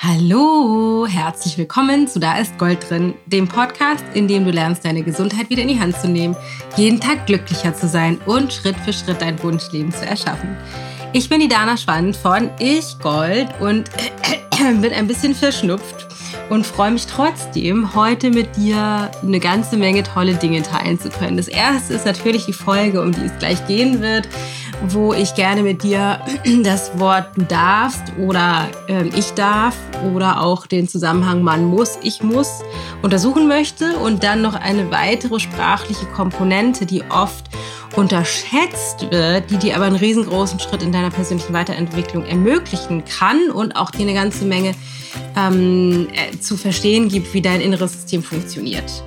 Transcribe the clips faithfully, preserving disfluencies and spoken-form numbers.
Hallo, herzlich willkommen zu Da ist Gold drin, dem Podcast, in dem du lernst, deine Gesundheit wieder in die Hand zu nehmen, jeden Tag glücklicher zu sein und Schritt für Schritt dein Wunschleben zu erschaffen. Ich bin die Dana Schwand von Ich Gold und bin ein bisschen verschnupft und freue mich trotzdem, heute mit dir eine ganze Menge tolle Dinge teilen zu können. Das erste ist natürlich die Folge, um die es gleich gehen wird, wo ich gerne mit dir das Wort du darfst oder äh, ich darf oder auch den Zusammenhang man muss, ich muss untersuchen möchte und dann noch eine weitere sprachliche Komponente, die oft unterschätzt wird, die dir aber einen riesengroßen Schritt in deiner persönlichen Weiterentwicklung ermöglichen kann und auch dir eine ganze Menge ähm, äh, zu verstehen gibt, wie dein inneres System funktioniert.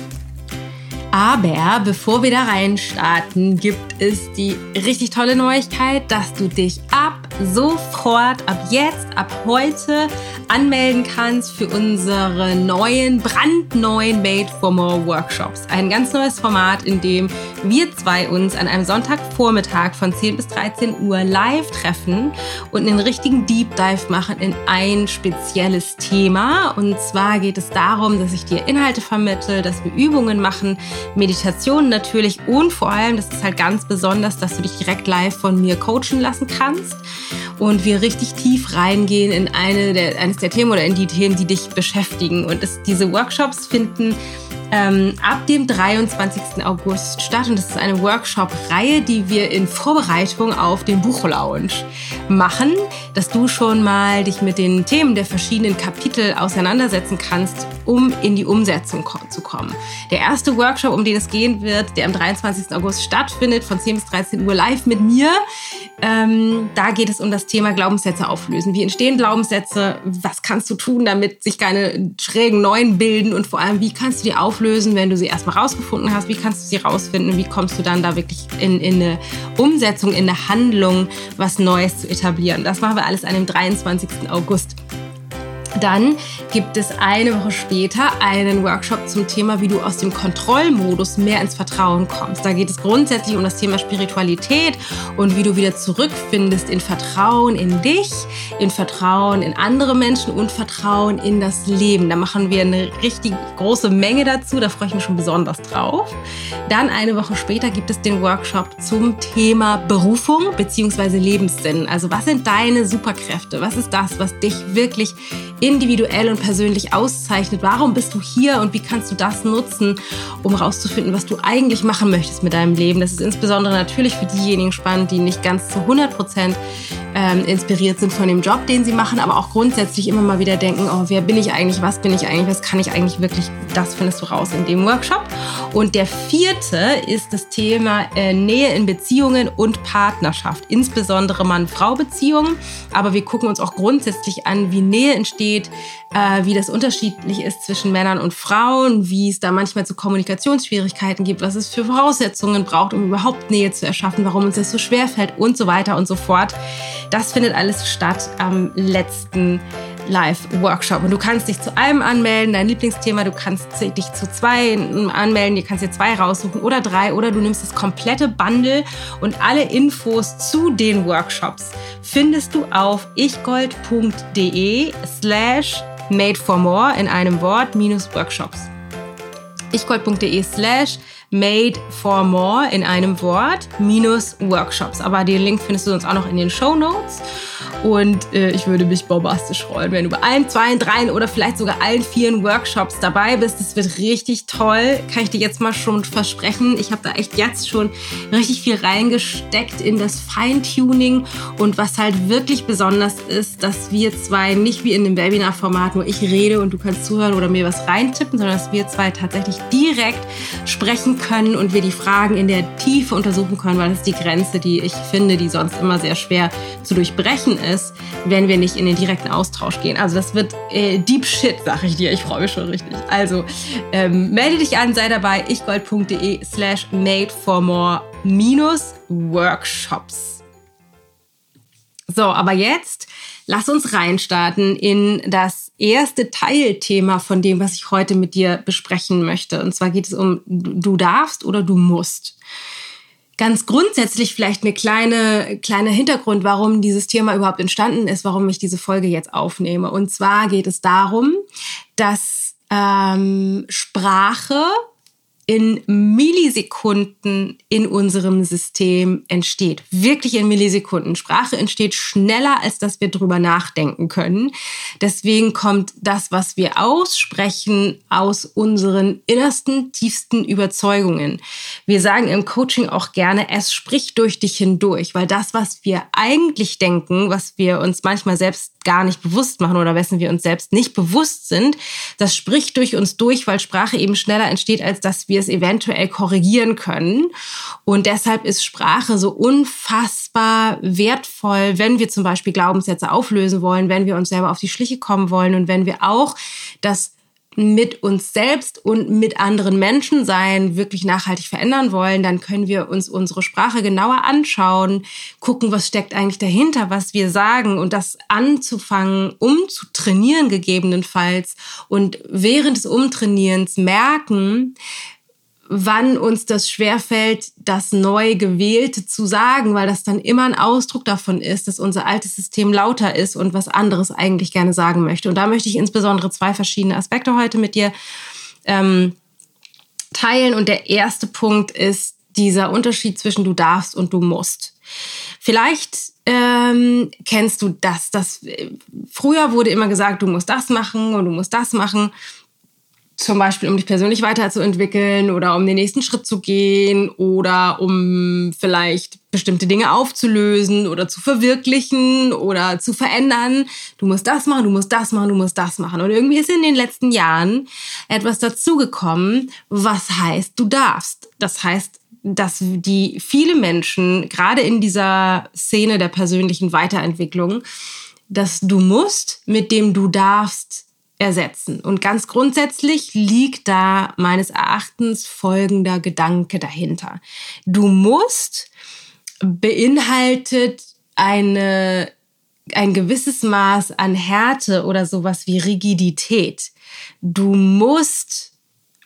Aber bevor wir da reinstarten, gibt es die richtig tolle Neuigkeit, dass du dich ab sofort, ab jetzt, ab heute anmelden kannst für unsere neuen, brandneuen Made for More Workshops. Ein ganz neues Format, in dem wir zwei uns an einem Sonntagvormittag von zehn bis dreizehn Uhr live treffen und einen richtigen Deep Dive machen in ein spezielles Thema. Und zwar geht es darum, dass ich dir Inhalte vermittle, dass wir Übungen machen, Meditationen natürlich und vor allem, das ist halt ganz besonders, dass du dich direkt live von mir coachen lassen kannst und wir richtig tief reingehen in eine der, eines der Themen oder in die Themen, die dich beschäftigen. Und es, diese Workshops finden ähm, ab dem dreiundzwanzigsten August statt und das ist eine Workshop-Reihe, die wir in Vorbereitung auf den Buchlaunch machen, dass du schon mal dich mit den Themen der verschiedenen Kapitel auseinandersetzen kannst, um in die Umsetzung zu kommen. Der erste Workshop, um den es gehen wird, der am dreiundzwanzigsten August stattfindet, von zehn bis dreizehn Uhr live mit mir, ähm, da geht es um das Thema Glaubenssätze auflösen. Wie entstehen Glaubenssätze? Was kannst du tun, damit sich keine schrägen neuen bilden? Und vor allem, wie kannst du die auflösen, wenn du sie erstmal rausgefunden hast? Wie kannst du sie rausfinden? Wie kommst du dann da wirklich in, in eine Umsetzung, in eine Handlung, was Neues zu etablieren? Das machen wir alles an dem dreiundzwanzigsten August. Dann gibt es eine Woche später einen Workshop zum Thema, wie du aus dem Kontrollmodus mehr ins Vertrauen kommst. Da geht es grundsätzlich um das Thema Spiritualität und wie du wieder zurückfindest in Vertrauen in dich, in Vertrauen in andere Menschen und Vertrauen in das Leben. Da machen wir eine richtig große Menge dazu, da freue ich mich schon besonders drauf. Dann eine Woche später gibt es den Workshop zum Thema Berufung bzw. Lebenssinn. Also was sind deine Superkräfte? Was ist das, was dich wirklich individuell und persönlich auszeichnet? Warum bist du hier und wie kannst du das nutzen, um rauszufinden, was du eigentlich machen möchtest mit deinem Leben? Das ist insbesondere natürlich für diejenigen spannend, die nicht ganz zu hundert Prozent ähm, inspiriert sind von dem Job, den sie machen, aber auch grundsätzlich immer mal wieder denken, oh, wer bin ich eigentlich, was bin ich eigentlich, was kann ich eigentlich wirklich? Das findest du raus in dem Workshop. Und der vierte ist das Thema äh, Nähe in Beziehungen und Partnerschaft, insbesondere Mann-Frau-Beziehungen. Aber wir gucken uns auch grundsätzlich an, wie Nähe entsteht, äh, wie das unterschiedlich ist zwischen Männern und Frauen, wie es da manchmal zu Kommunikationsschwierigkeiten gibt, was es für Voraussetzungen braucht, um überhaupt Nähe zu erschaffen, warum uns das so schwerfällt und so weiter und so fort. Das findet alles statt am letzten Live-Workshop. Und du kannst dich zu einem anmelden, dein Lieblingsthema, du kannst dich zu zwei anmelden, du kannst dir zwei raussuchen oder drei oder du nimmst das komplette Bundle und alle Infos zu den Workshops findest du auf ichgold.de slash made for more in einem Wort minus Workshops. ichgold.de slash made for more in einem Wort minus Workshops. Aber den Link findest du sonst auch noch in den Shownotes. Und äh, ich würde mich bombastisch freuen, wenn du bei allen zwei, dreien oder vielleicht sogar allen vier Workshops dabei bist. Das wird richtig toll, kann ich dir jetzt mal schon versprechen. Ich habe da echt jetzt schon richtig viel reingesteckt in das Feintuning. Und was halt wirklich besonders ist, dass wir zwei nicht wie in dem Webinar-Format nur ich rede und du kannst zuhören oder mir was reintippen, sondern dass wir zwei tatsächlich direkt sprechen können und wir die Fragen in der Tiefe untersuchen können, weil das ist die Grenze, die ich finde, die sonst immer sehr schwer zu durchbrechen ist, wenn wir nicht in den direkten Austausch gehen. Also das wird äh, Deep Shit, sag ich dir. Ich freue mich schon richtig. Also ähm, melde dich an, sei dabei. ichgold.de slash made for more minus Workshops. So, aber jetzt lass uns reinstarten in das erste Teilthema von dem, was ich heute mit dir besprechen möchte. Und zwar geht es um du darfst oder du musst. Ganz grundsätzlich vielleicht eine kleine, kleine Hintergrund, warum dieses Thema überhaupt entstanden ist, warum ich diese Folge jetzt aufnehme. Und zwar geht es darum, dass ähm, Sprache in Millisekunden in unserem System entsteht. Wirklich in Millisekunden. Sprache entsteht schneller, als dass wir drüber nachdenken können. Deswegen kommt das, was wir aussprechen, aus unseren innersten, tiefsten Überzeugungen. Wir sagen im Coaching auch gerne, es spricht durch dich hindurch, weil das, was wir eigentlich denken, was wir uns manchmal selbst gar nicht bewusst machen oder wessen wir uns selbst nicht bewusst sind, das spricht durch uns durch, weil Sprache eben schneller entsteht, als dass wir es eventuell korrigieren können. Und deshalb ist Sprache so unfassbar wertvoll, wenn wir zum Beispiel Glaubenssätze auflösen wollen, wenn wir uns selber auf die Schliche kommen wollen und wenn wir auch das mit uns selbst und mit anderen Menschen sein wirklich nachhaltig verändern wollen, dann können wir uns unsere Sprache genauer anschauen, gucken, was steckt eigentlich dahinter, was wir sagen und das anzufangen, umzutrainieren gegebenenfalls und während des Umtrainierens merken, wann uns das schwerfällt, das neu Gewählte zu sagen, weil das dann immer ein Ausdruck davon ist, dass unser altes System lauter ist und was anderes eigentlich gerne sagen möchte. Und da möchte ich insbesondere zwei verschiedene Aspekte heute mit dir ähm, teilen. Und der erste Punkt ist dieser Unterschied zwischen du darfst und du musst. Vielleicht ähm, kennst du das, dass äh, früher wurde immer gesagt, du musst das machen und du musst das machen. Zum Beispiel, um dich persönlich weiterzuentwickeln oder um den nächsten Schritt zu gehen oder um vielleicht bestimmte Dinge aufzulösen oder zu verwirklichen oder zu verändern. Du musst das machen, du musst das machen, du musst das machen. Und irgendwie ist in den letzten Jahren etwas dazugekommen, was heißt, du darfst. Das heißt, dass die viele Menschen, gerade in dieser Szene der persönlichen Weiterentwicklung, dass du musst, mit dem du darfst, ersetzen. Und ganz grundsätzlich liegt da meines Erachtens folgender Gedanke dahinter. Du musst beinhaltet eine, ein gewisses Maß an Härte oder sowas wie Rigidität. Du musst,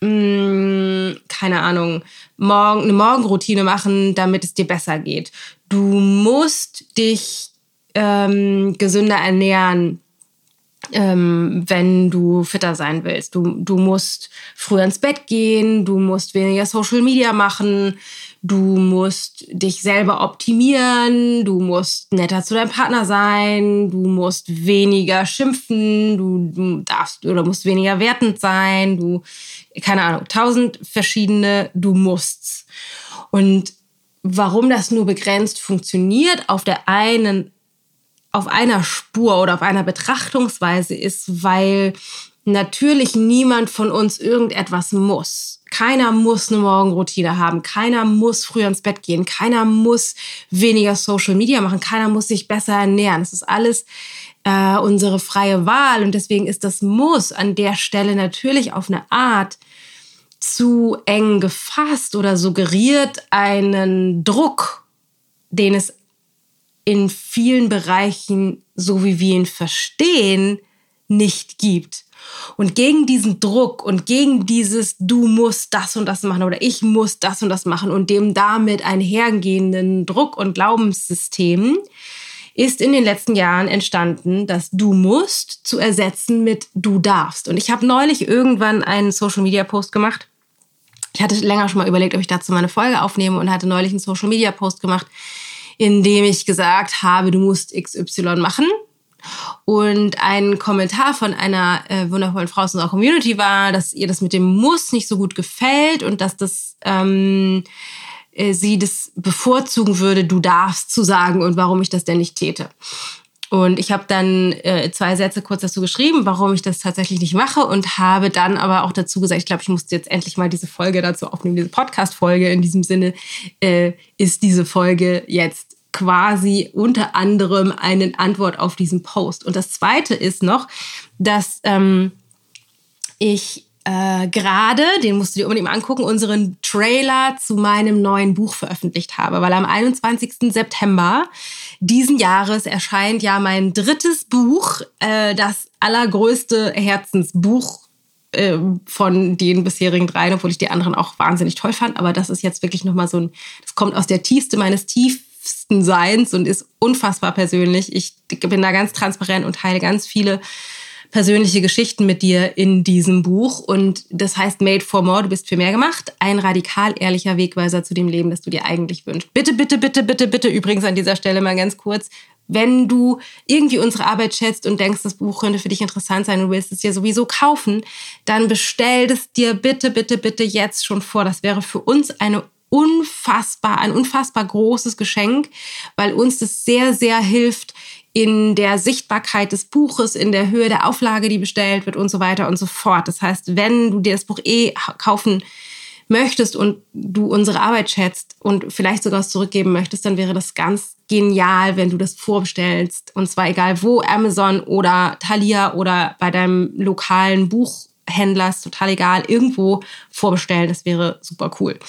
mh, keine Ahnung, morgen, eine Morgenroutine machen, damit es dir besser geht. Du musst dich ähm, gesünder ernähren, Ähm, wenn du fitter sein willst. Du, du musst früher ins Bett gehen, du musst weniger Social Media machen, du musst dich selber optimieren, du musst netter zu deinem Partner sein, du musst weniger schimpfen, du, du darfst oder musst weniger wertend sein, du, keine Ahnung, tausend verschiedene Du musts. Und warum das nur begrenzt funktioniert, auf der einen auf einer Spur oder auf einer Betrachtungsweise ist, weil natürlich niemand von uns irgendetwas muss. Keiner muss eine Morgenroutine haben, keiner muss früher ins Bett gehen, keiner muss weniger Social Media machen, keiner muss sich besser ernähren. Das ist alles äh, unsere freie Wahl und deswegen ist das Muss an der Stelle natürlich auf eine Art zu eng gefasst oder suggeriert einen Druck, den es in vielen Bereichen, so wie wir ihn verstehen, nicht gibt. Und gegen diesen Druck und gegen dieses du musst das und das machen oder ich muss das und das machen und dem damit einhergehenden Druck- und Glaubenssystem ist in den letzten Jahren entstanden, das du musst zu ersetzen mit du darfst. Und ich habe neulich irgendwann einen Social-Media-Post gemacht. Ich hatte länger schon mal überlegt, ob ich dazu mal eine Folge aufnehme und hatte neulich einen Social-Media-Post gemacht, in dem ich gesagt habe, du musst X Y machen. Und ein Kommentar von einer äh, wundervollen Frau aus unserer Community war, dass ihr das mit dem Muss nicht so gut gefällt und dass das ähm, äh, sie das bevorzugen würde, du darfst zu sagen und warum ich das denn nicht täte. Und ich habe dann äh, zwei Sätze kurz dazu geschrieben, warum ich das tatsächlich nicht mache und habe dann aber auch dazu gesagt, ich glaube, ich musste jetzt endlich mal diese Folge dazu aufnehmen, diese Podcast-Folge. In diesem Sinne äh, ist diese Folge jetzt quasi unter anderem eine Antwort auf diesen Post. Und das Zweite ist noch, dass ähm, ich äh, gerade, den musst du dir unbedingt mal angucken, unseren Trailer zu meinem neuen Buch veröffentlicht habe, weil am einundzwanzigsten September diesen Jahres erscheint ja mein drittes Buch, äh, das allergrößte Herzensbuch äh, von den bisherigen dreien, obwohl ich die anderen auch wahnsinnig toll fand. Aber das ist jetzt wirklich nochmal so ein, das kommt aus der Tiefste meines tiefsten Seins und ist unfassbar persönlich. Ich bin da ganz transparent und teile ganz viele persönliche Geschichten mit dir in diesem Buch. Und das heißt Made for More, du bist für mehr gemacht. Ein radikal ehrlicher Wegweiser zu dem Leben, das du dir eigentlich wünschst. Bitte, bitte, bitte, bitte, bitte, übrigens an dieser Stelle mal ganz kurz, wenn du irgendwie unsere Arbeit schätzt und denkst, das Buch könnte für dich interessant sein und willst es dir sowieso kaufen, dann bestell es dir bitte, bitte, bitte jetzt schon vor. Das wäre für uns eine unfassbar, ein unfassbar großes Geschenk, weil uns das sehr, sehr hilft, in der Sichtbarkeit des Buches, in der Höhe der Auflage, die bestellt wird und so weiter und so fort. Das heißt, wenn du dir das Buch eh kaufen möchtest und du unsere Arbeit schätzt und vielleicht sogar was zurückgeben möchtest, dann wäre das ganz genial, wenn du das vorbestellst. Und zwar egal wo, Amazon oder Thalia oder bei deinem lokalen Buchhändler, ist total egal, irgendwo vorbestellen. Das wäre super cool.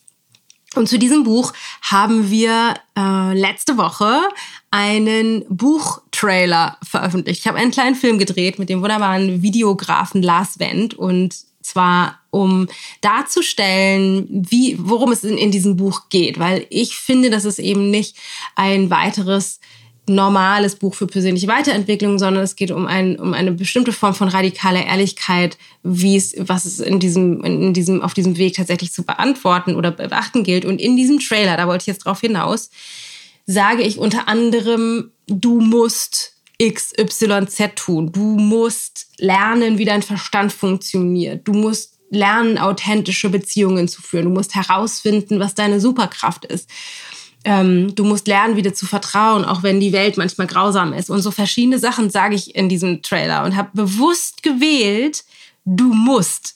Und zu diesem Buch haben wir äh, letzte Woche einen Buchtrailer veröffentlicht. Ich habe einen kleinen Film gedreht mit dem wunderbaren Videografen Lars Wendt, und zwar um darzustellen, wie, worum es in, in diesem Buch geht. Weil ich finde, dass es eben nicht ein weiteres normales Buch für persönliche Weiterentwicklung, sondern es geht um, ein, um eine bestimmte Form von radikaler Ehrlichkeit, wie es, was es in diesem, in diesem, auf diesem Weg tatsächlich zu beantworten oder beachten gilt. Und in diesem Trailer, da wollte ich jetzt drauf hinaus, sage ich unter anderem, du musst X Y Z tun. Du musst lernen, wie dein Verstand funktioniert. Du musst lernen, authentische Beziehungen zu führen. Du musst herausfinden, was deine Superkraft ist. Ähm, du musst lernen, wieder zu vertrauen, auch wenn die Welt manchmal grausam ist. Und so verschiedene Sachen sage ich in diesem Trailer und habe bewusst gewählt, du musst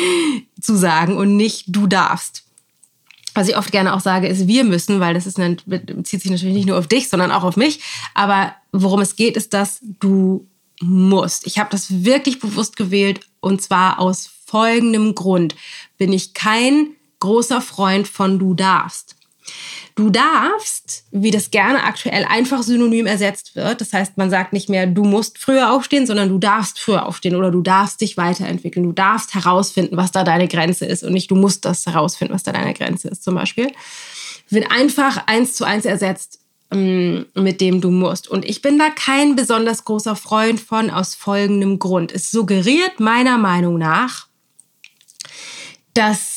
zu sagen und nicht du darfst. Was ich oft gerne auch sage, ist wir müssen, weil das ist eine, bezieht sich natürlich nicht nur auf dich, sondern auch auf mich. Aber worum es geht, ist, dass du musst. Ich habe das wirklich bewusst gewählt, und zwar aus folgendem Grund. Bin ich kein großer Freund von du darfst. Du darfst, wie das gerne aktuell einfach synonym ersetzt wird. Das heißt, man sagt nicht mehr, du musst früher aufstehen, sondern du darfst früher aufstehen oder du darfst dich weiterentwickeln. Du darfst herausfinden, was da deine Grenze ist, und nicht du musst das herausfinden, was da deine Grenze ist zum Beispiel. Wird einfach eins zu eins ersetzt ähm, mit dem du musst. Und ich bin da kein besonders großer Freund von, aus folgendem Grund. Es suggeriert meiner Meinung nach, dass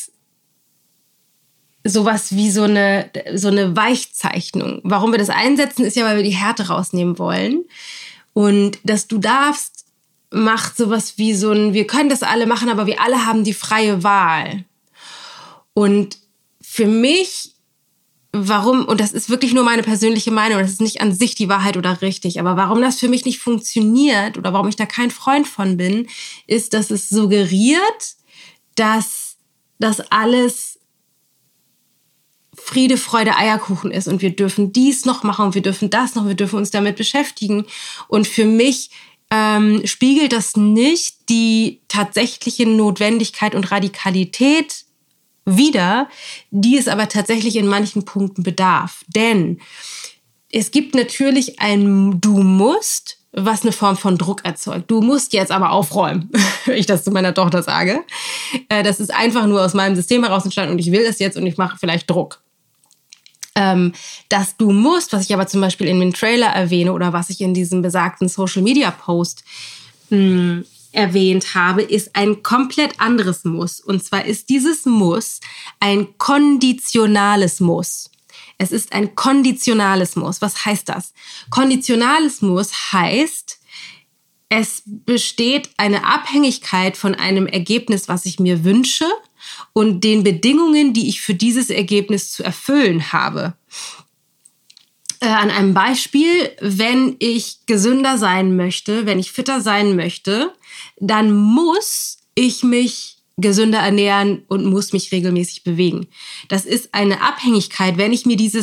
sowas wie so eine, so eine Weichzeichnung. Warum wir das einsetzen, ist ja, weil wir die Härte rausnehmen wollen. Und dass du darfst, macht sowas wie so ein, wir können das alle machen, aber wir alle haben die freie Wahl. Und für mich, warum, und das ist wirklich nur meine persönliche Meinung, das ist nicht an sich die Wahrheit oder richtig, aber warum das für mich nicht funktioniert oder warum ich da kein Freund von bin, ist, dass es suggeriert, dass das alles Friede, Freude, Eierkuchen ist und wir dürfen dies noch machen und wir dürfen das noch, wir dürfen uns damit beschäftigen. Und für mich ähm, spiegelt das nicht die tatsächliche Notwendigkeit und Radikalität wider, die es aber tatsächlich in manchen Punkten bedarf. Denn es gibt natürlich ein Du musst, was eine Form von Druck erzeugt. Du musst jetzt aber aufräumen, wenn ich das zu meiner Tochter sage. Das ist einfach nur aus meinem System heraus entstanden und ich will das jetzt und ich mache vielleicht Druck. Ähm, dass du musst, was ich aber zum Beispiel in dem Trailer erwähne oder was ich in diesem besagten Social-Media-Post mh, erwähnt habe, ist ein komplett anderes Muss. Und zwar ist dieses Muss ein konditionales Muss. Es ist ein konditionales Muss. Was heißt das? Konditionales Muss heißt, es besteht eine Abhängigkeit von einem Ergebnis, was ich mir wünsche, und den Bedingungen, die ich für dieses Ergebnis zu erfüllen habe. Äh, an einem Beispiel, wenn ich gesünder sein möchte, wenn ich fitter sein möchte, dann muss ich mich gesünder ernähren und muss mich regelmäßig bewegen. Das ist eine Abhängigkeit. Wenn ich mir dieses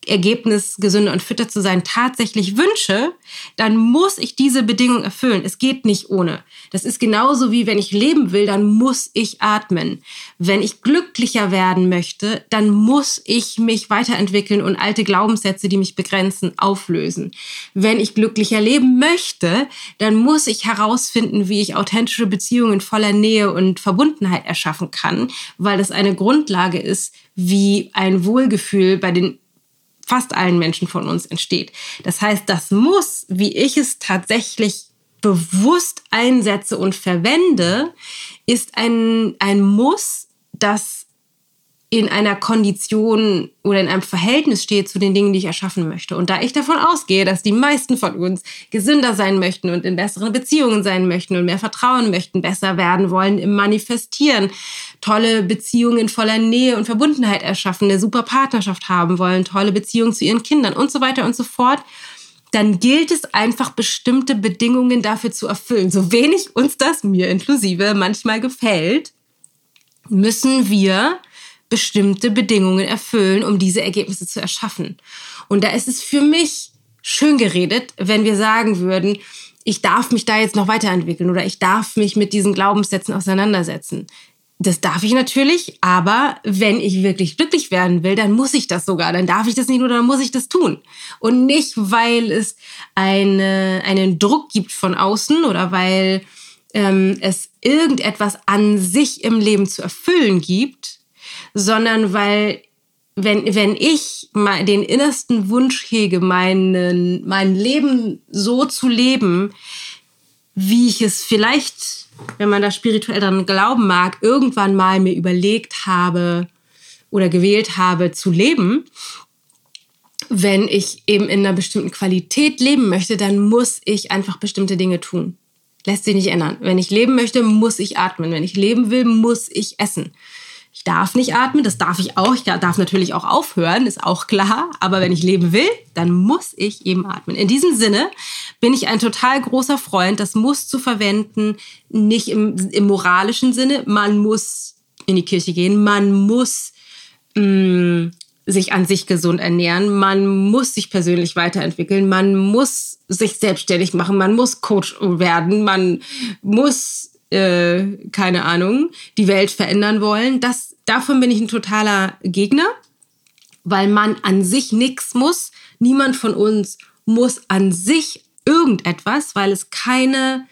Ergebnis, gesünder und fitter zu sein, tatsächlich wünsche, dann muss ich diese Bedingung erfüllen. Es geht nicht ohne. Das ist genauso wie, wenn ich leben will, dann muss ich atmen. Wenn ich glücklicher werden möchte, dann muss ich mich weiterentwickeln und alte Glaubenssätze, die mich begrenzen, auflösen. Wenn ich glücklicher leben möchte, dann muss ich herausfinden, wie ich authentische Beziehungen voller Nähe und Verbundenheit erschaffen kann, weil das eine Grundlage ist, wie ein Wohlgefühl bei den fast allen Menschen von uns entsteht. Das heißt, das Muss, wie ich es tatsächlich bewusst einsetze und verwende, ist ein, ein Muss, das in einer Kondition oder in einem Verhältnis steht zu den Dingen, die ich erschaffen möchte. Und da ich davon ausgehe, dass die meisten von uns gesünder sein möchten und in besseren Beziehungen sein möchten und mehr vertrauen möchten, besser werden wollen im Manifestieren, tolle Beziehungen voller Nähe und Verbundenheit erschaffen, eine super Partnerschaft haben wollen, tolle Beziehungen zu ihren Kindern und so weiter und so fort, dann gilt es einfach, bestimmte Bedingungen dafür zu erfüllen. So wenig uns das, mir inklusive, manchmal gefällt, müssen wir bestimmte Bedingungen erfüllen, um diese Ergebnisse zu erschaffen. Und da ist es für mich schön geredet, wenn wir sagen würden, ich darf mich da jetzt noch weiterentwickeln oder ich darf mich mit diesen Glaubenssätzen auseinandersetzen. Das darf ich natürlich, aber wenn ich wirklich glücklich werden will, dann muss ich das sogar. Dann darf ich das nicht nur, dann muss ich das tun. Und nicht, weil es eine, einen Druck gibt von außen oder weil ähm, es irgendetwas an sich im Leben zu erfüllen gibt, sondern weil, wenn, wenn ich mal den innersten Wunsch hege, meinen, mein Leben so zu leben, wie ich es vielleicht, wenn man da spirituell dran glauben mag, irgendwann mal mir überlegt habe oder gewählt habe zu leben, wenn ich eben in einer bestimmten Qualität leben möchte, dann muss ich einfach bestimmte Dinge tun. Lässt sich nicht ändern. Wenn ich leben möchte, muss ich atmen. Wenn ich leben will, muss ich essen. Ich darf nicht atmen, das darf ich auch. Ich darf natürlich auch aufhören, ist auch klar. Aber wenn ich leben will, dann muss ich eben atmen. In diesem Sinne bin ich ein total großer Freund, das Muss zu verwenden, nicht im, im moralischen Sinne. Man muss in die Kirche gehen, man muss mh, sich an sich gesund ernähren, man muss sich persönlich weiterentwickeln, man muss sich selbstständig machen, man muss Coach werden, man muss Äh, keine Ahnung, die Welt verändern wollen. Das, davon bin ich ein totaler Gegner, weil man an sich nichts muss. Niemand von uns muss an sich irgendetwas, weil es keine,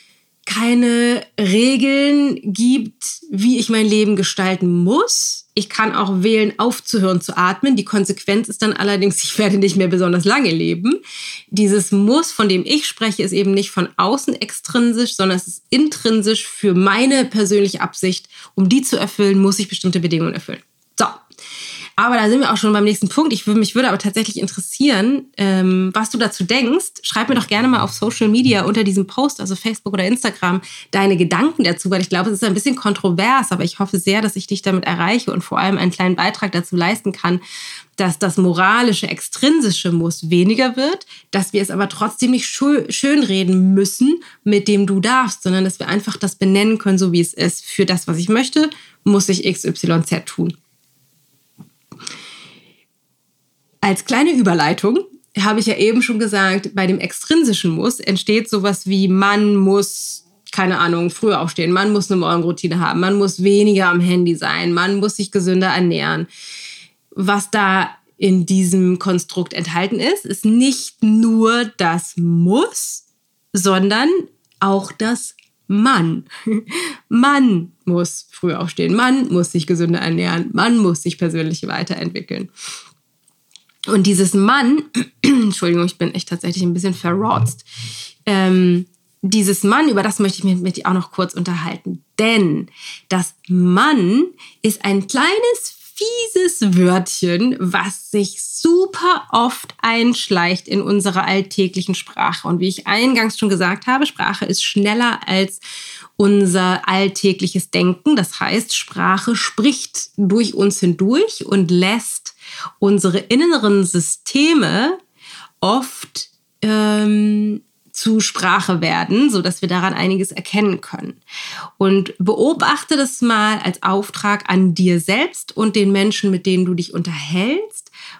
keine Regeln gibt, wie ich mein Leben gestalten muss. Ich kann auch wählen, aufzuhören zu atmen. Die Konsequenz ist dann allerdings, ich werde nicht mehr besonders lange leben. Dieses Muss, von dem ich spreche, ist eben nicht von außen extrinsisch, sondern es ist intrinsisch für meine persönliche Absicht. Um die zu erfüllen, muss ich bestimmte Bedingungen erfüllen. So, aber da sind wir auch schon beim nächsten Punkt. Ich, mich würde aber tatsächlich interessieren, ähm, was du dazu denkst. Schreib mir doch gerne mal auf Social Media unter diesem Post, also Facebook oder Instagram, deine Gedanken dazu, weil ich glaube, es ist ein bisschen kontrovers, aber ich hoffe sehr, dass ich dich damit erreiche und vor allem einen kleinen Beitrag dazu leisten kann, dass das moralische, extrinsische Muss weniger wird, dass wir es aber trotzdem nicht schönreden müssen, mit dem du darfst, sondern dass wir einfach das benennen können, so wie es ist. Für das, was ich möchte, muss ich X Y Z tun. Als kleine Überleitung habe ich ja eben schon gesagt, bei dem extrinsischen Muss entsteht sowas wie, man muss, keine Ahnung, früher aufstehen, man muss eine Morgenroutine haben, man muss weniger am Handy sein, man muss sich gesünder ernähren. Was da in diesem Konstrukt enthalten ist, ist nicht nur das Muss, sondern auch das Man. Man muss früher aufstehen, man muss sich gesünder ernähren, man muss sich persönlich weiterentwickeln. Und dieses Mann, Entschuldigung, ich bin echt tatsächlich ein bisschen verrotzt, ähm, dieses Mann, über das möchte ich mich mit dir auch noch kurz unterhalten. Denn das Mann ist ein kleines, fieses Wörtchen, was sich super oft einschleicht in unserer alltäglichen Sprache. Und wie ich eingangs schon gesagt habe, Sprache ist schneller als unser alltägliches Denken. Das heißt, Sprache spricht durch uns hindurch und lässt unsere inneren Systeme oft ähm, zu Sprache werden, sodass wir daran einiges erkennen können. Und beobachte das mal als Auftrag an dir selbst und den Menschen, mit denen du dich unterhältst.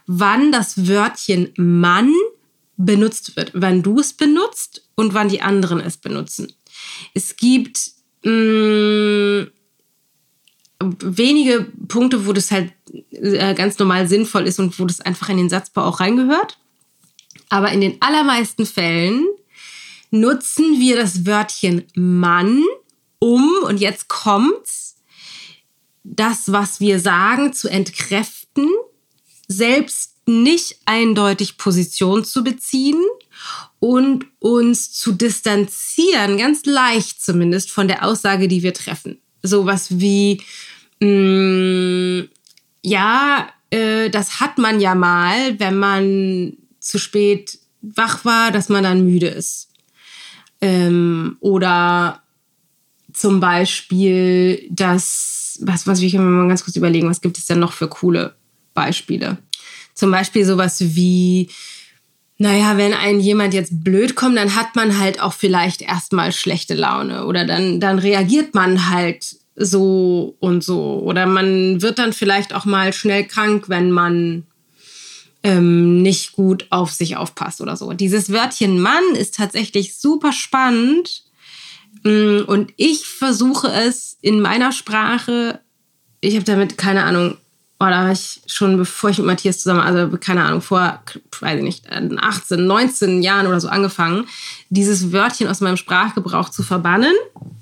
wann das Wörtchen Mann benutzt wird, wann du es benutzt und wann die anderen es benutzen. Es gibt mh, wenige Punkte, wo das halt äh, ganz normal sinnvoll ist und wo das einfach in den Satzbau auch reingehört. Aber in den allermeisten Fällen nutzen wir das Wörtchen Mann, um, und jetzt kommt's, das, was wir sagen, zu entkräften, selbst nicht eindeutig Position zu beziehen und uns zu distanzieren, ganz leicht zumindest, von der Aussage, die wir treffen. Sowas wie, mh, ja, äh, das hat man ja mal, wenn man zu spät wach war, dass man dann müde ist. Ähm, oder zum Beispiel das, was, was ich kann mal ganz kurz überlegen, was gibt es denn noch für coole Beispiele? Zum Beispiel sowas wie, naja, wenn ein jemand jetzt blöd kommt, dann hat man halt auch vielleicht erstmal schlechte Laune oder dann, dann reagiert man halt so und so. Oder man wird dann vielleicht auch mal schnell krank, wenn man ähm, nicht gut auf sich aufpasst oder so. Dieses Wörtchen Mann ist tatsächlich super spannend und ich versuche es in meiner Sprache, ich habe damit keine Ahnung, Oh, da habe ich schon, bevor ich mit Matthias zusammen, also keine Ahnung, vor, weiß ich nicht, achtzehn, neunzehn Jahren oder so angefangen, dieses Wörtchen aus meinem Sprachgebrauch zu verbannen.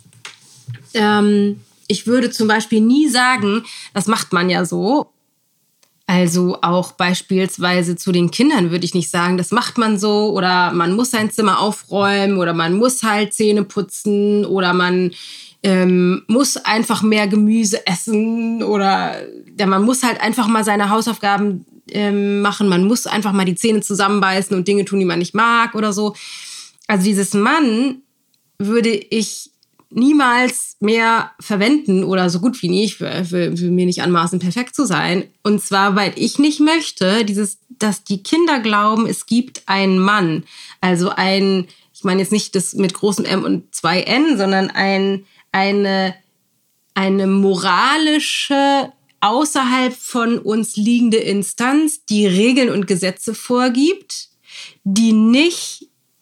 Ähm, ich würde zum Beispiel nie sagen, das macht man ja so. Also auch beispielsweise zu den Kindern würde ich nicht sagen, das macht man so oder man muss sein Zimmer aufräumen oder man muss halt Zähne putzen oder man Ähm, muss einfach mehr Gemüse essen oder ja, man muss halt einfach mal seine Hausaufgaben ähm, machen, man muss einfach mal die Zähne zusammenbeißen und Dinge tun, die man nicht mag oder so. Also dieses Mann würde ich niemals mehr verwenden oder so gut wie nie. Ich will, will, will mir nicht anmaßen, perfekt zu sein. Und zwar, weil ich nicht möchte, dieses, dass die Kinder glauben, es gibt einen Mann. Also ein, ich meine jetzt nicht das mit großem M und zwei N, sondern ein eine, eine moralische, außerhalb von uns liegende Instanz, die Regeln und Gesetze vorgibt, die nicht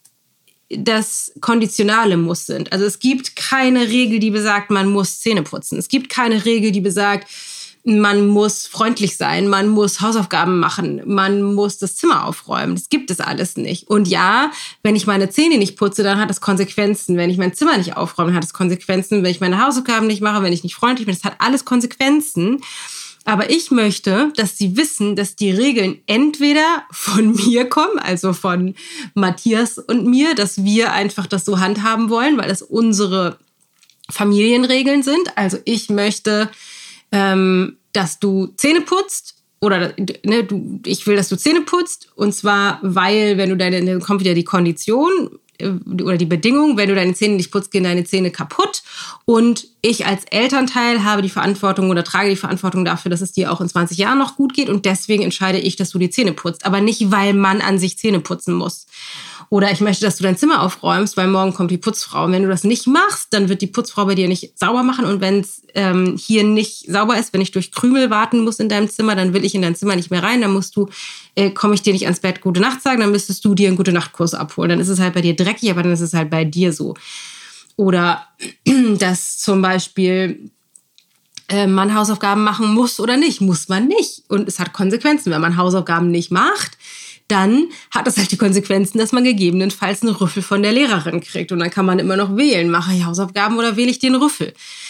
das konditionale Muss sind. Also es gibt keine Regel, die besagt, man muss Zähne putzen. Es gibt keine Regel, die besagt, man muss freundlich sein, man muss Hausaufgaben machen, man muss das Zimmer aufräumen. Das gibt es alles nicht. Und ja, wenn ich meine Zähne nicht putze, dann hat das Konsequenzen. Wenn ich mein Zimmer nicht aufräume, dann hat das Konsequenzen. Wenn ich meine Hausaufgaben nicht mache, wenn ich nicht freundlich bin, das hat alles Konsequenzen. Aber ich möchte, dass sie wissen, dass die Regeln entweder von mir kommen, also von Matthias und mir, dass wir einfach das so handhaben wollen, weil das unsere Familienregeln sind. Also ich möchte, Ähm, dass du Zähne putzt oder ne, du, ich will, dass du Zähne putzt und zwar, weil, wenn du deine, dann kommt wieder die Kondition äh, oder die Bedingung, wenn du deine Zähne nicht putzt, gehen deine Zähne kaputt und ich als Elternteil habe die Verantwortung oder trage die Verantwortung dafür, dass es dir auch in zwanzig Jahren noch gut geht und deswegen entscheide ich, dass du die Zähne putzt, aber nicht, weil man an sich Zähne putzen muss. Oder ich möchte, dass du dein Zimmer aufräumst, weil morgen kommt die Putzfrau. Und wenn du das nicht machst, dann wird die Putzfrau bei dir nicht sauber machen. Und wenn es ähm, hier nicht sauber ist, wenn ich durch Krümel warten muss in deinem Zimmer, dann will ich in dein Zimmer nicht mehr rein. Dann musst du, äh, komme ich dir nicht ans Bett Gute Nacht sagen, dann müsstest du dir einen Gute-Nacht-Kurs abholen. Dann ist es halt bei dir dreckig, aber dann ist es halt bei dir so. Oder dass zum Beispiel äh, man Hausaufgaben machen muss oder nicht. Muss man nicht. Und es hat Konsequenzen. Wenn man Hausaufgaben nicht macht, dann hat das halt die Konsequenzen, dass man gegebenenfalls einen Rüffel von der Lehrerin kriegt. Und dann kann man immer noch wählen, mache ich Hausaufgaben oder wähle ich den Rüffel.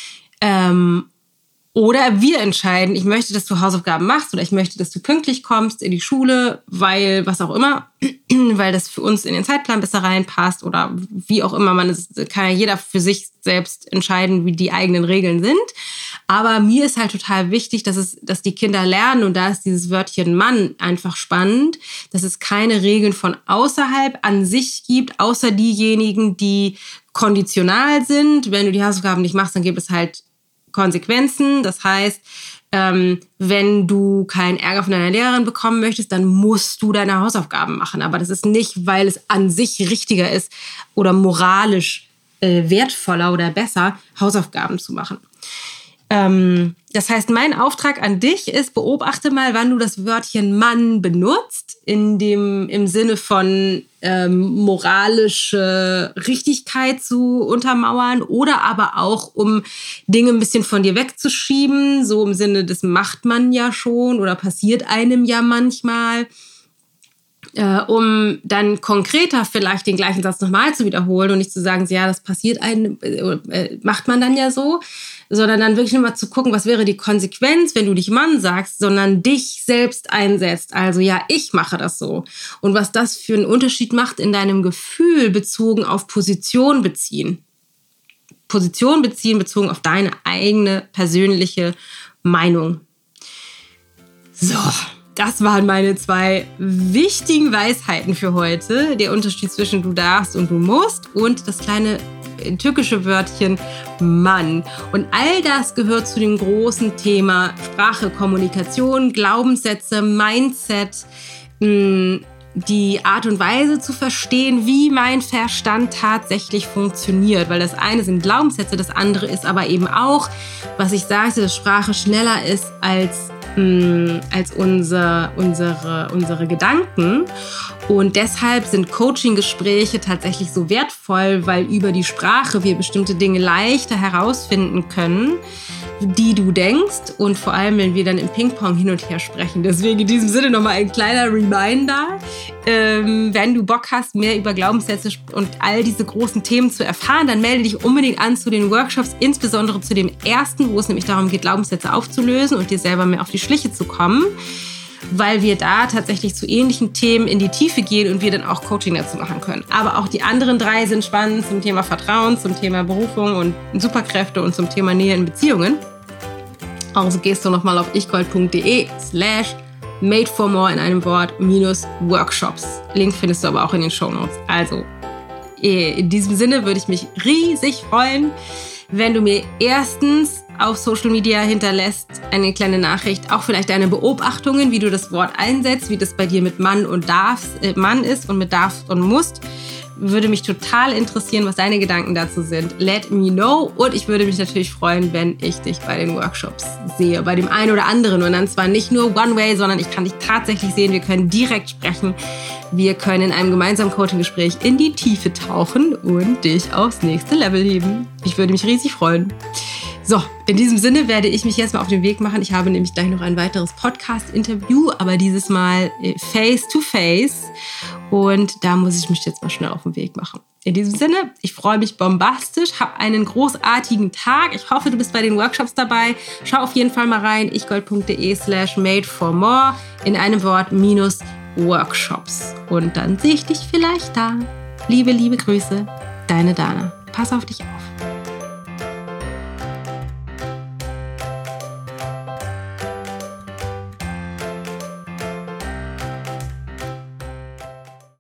Ähm, oder wir entscheiden, ich möchte, dass du Hausaufgaben machst oder ich möchte, dass du pünktlich kommst in die Schule, weil was auch immer, weil das für uns in den Zeitplan besser reinpasst oder wie auch immer. Man ist, kann ja jeder für sich selbst entscheiden, wie die eigenen Regeln sind. Aber mir ist halt total wichtig, dass es, dass die Kinder lernen, und da ist dieses Wörtchen Mann einfach spannend, dass es keine Regeln von außerhalb an sich gibt, außer diejenigen, die konditional sind. Wenn du die Hausaufgaben nicht machst, dann gibt es halt Konsequenzen. Das heißt, ähm, wenn du keinen Ärger von deiner Lehrerin bekommen möchtest, dann musst du deine Hausaufgaben machen. Aber das ist nicht, weil es an sich richtiger ist oder moralisch äh, wertvoller oder besser, Hausaufgaben zu machen. Ähm, das heißt, mein Auftrag an dich ist, beobachte mal, wann du das Wörtchen Mann benutzt, in dem, im Sinne von ähm, moralische Richtigkeit zu untermauern oder aber auch, um Dinge ein bisschen von dir wegzuschieben, so im Sinne, das macht man ja schon oder passiert einem ja manchmal. Äh, um dann konkreter vielleicht den gleichen Satz nochmal zu wiederholen und nicht zu sagen, ja, das passiert einem, äh, macht man dann ja so, sondern dann wirklich nochmal zu gucken, was wäre die Konsequenz, wenn du dich Mann sagst, sondern dich selbst einsetzt. Also ja, ich mache das so. Und was das für einen Unterschied macht in deinem Gefühl bezogen auf Position beziehen. Position beziehen bezogen auf deine eigene persönliche Meinung. So. Das waren meine zwei wichtigen Weisheiten für heute. Der Unterschied zwischen du darfst und du musst und das kleine türkische Wörtchen Mann. Und all das gehört zu dem großen Thema Sprache, Kommunikation, Glaubenssätze, Mindset, die Art und Weise zu verstehen, wie mein Verstand tatsächlich funktioniert. Weil das eine sind Glaubenssätze, das andere ist aber eben auch, was ich sagte, dass Sprache schneller ist als als unser, unsere, unsere Gedanken. Und deshalb sind Coaching-Gespräche tatsächlich so wertvoll, weil über die Sprache wir bestimmte Dinge leichter herausfinden können, die du denkst und vor allem, wenn wir dann im Ping-Pong hin und her sprechen. Deswegen in diesem Sinne nochmal ein kleiner Reminder, ähm, wenn du Bock hast, mehr über Glaubenssätze und all diese großen Themen zu erfahren, dann melde dich unbedingt an zu den Workshops, insbesondere zu dem ersten, wo es nämlich darum geht, Glaubenssätze aufzulösen und dir selber mehr auf die Schliche zu kommen, weil wir da tatsächlich zu ähnlichen Themen in die Tiefe gehen und wir dann auch Coaching dazu machen können. Aber auch die anderen drei sind spannend zum Thema Vertrauen, zum Thema Berufung und Superkräfte und zum Thema Nähe in Beziehungen. Also gehst du nochmal auf ichgold.de slash made for more in einem Wort minus Workshops. Link findest du aber auch in den Shownotes. Also in diesem Sinne würde ich mich riesig freuen, wenn du mir erstens auf Social Media hinterlässt eine kleine Nachricht, auch vielleicht deine Beobachtungen, wie du das Wort einsetzt, wie das bei dir mit Mann und darfst, äh, Mann ist und mit darfst und musst. Würde mich total interessieren, was deine Gedanken dazu sind. Let me know. Und ich würde mich natürlich freuen, wenn ich dich bei den Workshops sehe, bei dem einen oder anderen. Und dann zwar nicht nur one way, sondern ich kann dich tatsächlich sehen. Wir können direkt sprechen. Wir können in einem gemeinsamen Coaching-Gespräch in die Tiefe tauchen und dich aufs nächste Level heben. Ich würde mich riesig freuen. So, in diesem Sinne werde ich mich jetzt mal auf den Weg machen. Ich habe nämlich gleich noch ein weiteres Podcast-Interview, aber dieses Mal face-to-face. Und da muss ich mich jetzt mal schnell auf den Weg machen. In diesem Sinne, ich freue mich bombastisch, hab einen großartigen Tag. Ich hoffe, du bist bei den Workshops dabei. Schau auf jeden Fall mal rein, ichgold.de slash made for more in einem Wort minus Workshops. Und dann sehe ich dich vielleicht da. Liebe, liebe Grüße, deine Dana. Pass auf dich auf.